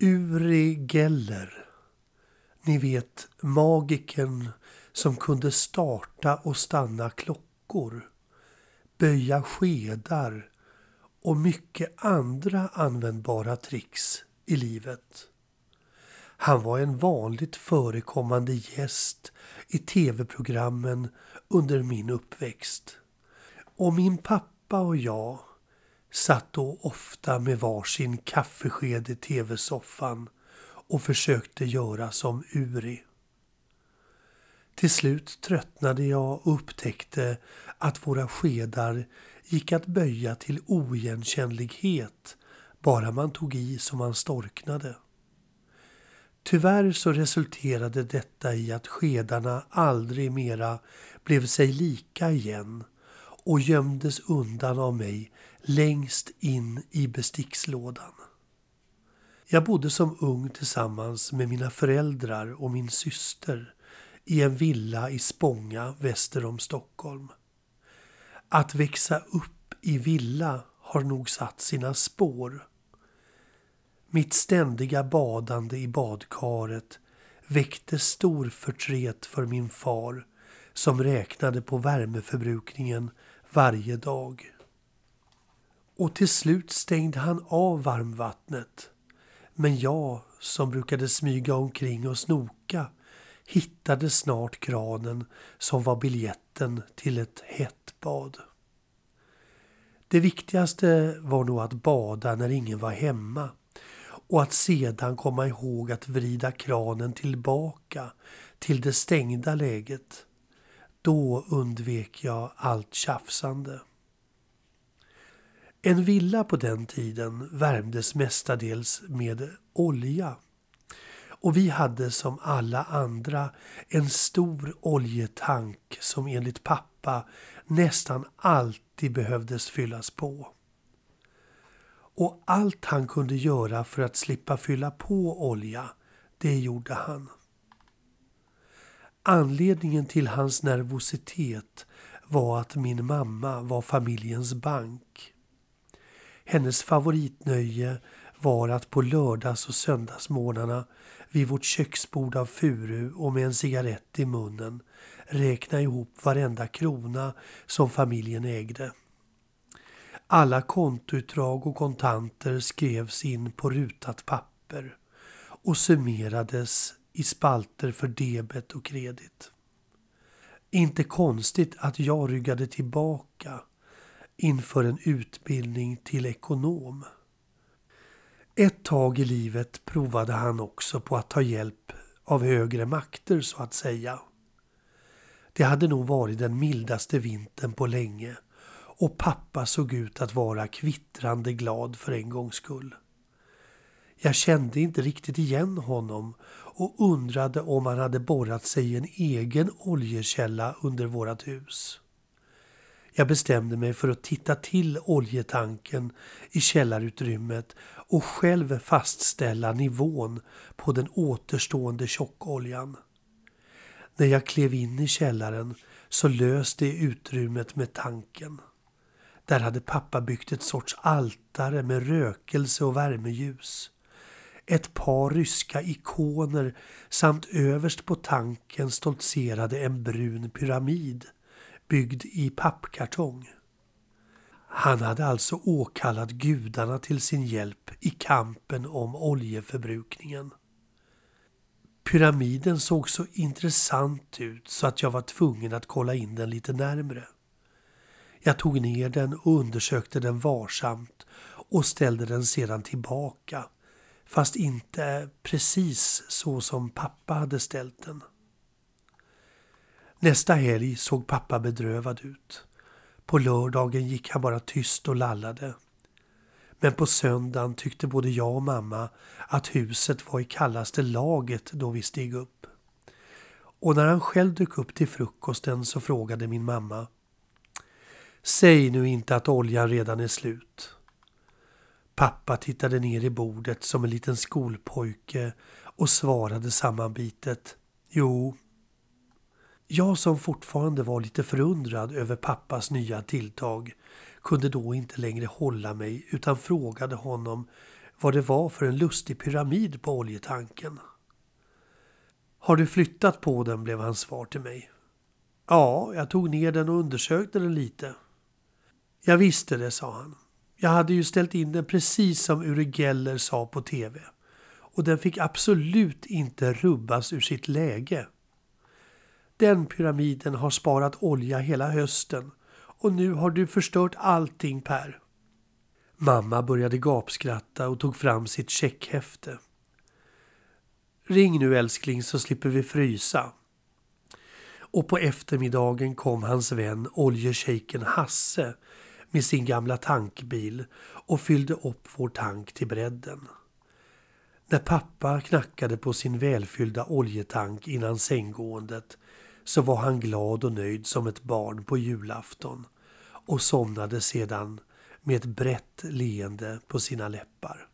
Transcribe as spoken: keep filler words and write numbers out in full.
Uri Geller, ni vet magiken som kunde starta och stanna klockor, böja skedar och mycket andra användbara tricks i livet. Han var en vanligt förekommande gäst i tv-programmen under min uppväxt. Och min pappa och jag satt då ofta med varsin kaffesked i tv-soffan och försökte göra som Uri. Till slut tröttnade jag och upptäckte att våra skedar gick att böja till oigenkännlighet bara man tog i som man storknade. Tyvärr så resulterade detta i att skedarna aldrig mera blev sig lika igen och gömdes undan av mig längst in i bestickslådan. Jag bodde som ung tillsammans med mina föräldrar och min syster i en villa i Spånga väster om Stockholm. Att växa upp i villa har nog satt sina spår. Mitt ständiga badande i badkaret väckte stor förtret för min far som räknade på värmeförbrukningen varje dag. Och till slut stängde han av varmvattnet. Men jag som brukade smyga omkring och snoka hittade snart kranen som var biljetten till ett hett bad. Det viktigaste var nog att bada när ingen var hemma och att sedan komma ihåg att vrida kranen tillbaka till det stängda läget. Då undvek jag allt tjafsande. En villa på den tiden värmdes mestadels med olja. Och vi hade som alla andra en stor oljetank som enligt pappa nästan alltid behövdes fyllas på. Och allt han kunde göra för att slippa fylla på olja, det gjorde han. Anledningen till hans nervositet var att min mamma var familjens bank. Hennes favoritnöje var att på lördags- och söndagsmorgnarna vid vårt köksbord av furu och med en cigarett i munnen räkna ihop varenda krona som familjen ägde. Alla kontoutdrag och kontanter skrevs in på rutat papper och summerades i spalter för debet och kredit. Inte konstigt att jag ryggade tillbaka inför en utbildning till ekonom. Ett tag i livet provade han också på att ta hjälp av högre makter så att säga. Det hade nog varit den mildaste vintern på länge och pappa såg ut att vara kvittrande glad för en gångs skull. Jag kände inte riktigt igen honom och undrade om han hade borrat sig i en egen oljekälla under vårat hus. Jag bestämde mig för att titta till oljetanken i källarutrymmet och själv fastställa nivån på den återstående tjockoljan. När jag klev in i källaren så löste utrymmet med tanken. Där hade pappa byggt ett sorts altare med rökelse och värmeljus. Ett par ryska ikoner samt överst på tanken stoltserade en brun pyramid byggd i pappkartong. Han hade alltså åkallat gudarna till sin hjälp i kampen om oljeförbrukningen. Pyramiden såg så intressant ut så att jag var tvungen att kolla in den lite närmre. Jag tog ner den och undersökte den varsamt och ställde den sedan tillbaka, fast inte precis så som pappa hade ställt den. Nästa helg såg pappa bedrövad ut. På lördagen gick han bara tyst och lallade. Men på söndagen tyckte både jag och mamma att huset var i kallaste laget då vi steg upp. Och när han själv dök upp till frukosten så frågade min mamma: "Säg nu inte att oljan redan är slut." Pappa tittade ner i bordet som en liten skolpojke och svarade sammanbitet: "Jo." Jag som fortfarande var lite förundrad över pappas nya tilltag kunde då inte längre hålla mig utan frågade honom vad det var för en lustig pyramid på oljetanken. Har du flyttat på den, blev hans svar till mig. Ja, jag tog ner den och undersökte den lite. Jag visste det, sa han. Jag hade ju ställt in den precis som Uri Geller sa på tv. Och den fick absolut inte rubbas ur sitt läge. Den pyramiden har sparat olja hela hösten. Och nu har du förstört allting, Per. Mamma började gapskratta och tog fram sitt checkhäfte. Ring nu, älskling, så slipper vi frysa. Och på eftermiddagen kom hans vän oljeshejken Hasse med sin gamla tankbil och fyllde upp vår tank till bredden. När pappa knackade på sin välfyllda oljetank innan sänggåendet så var han glad och nöjd som ett barn på julafton och somnade sedan med ett brett leende på sina läppar.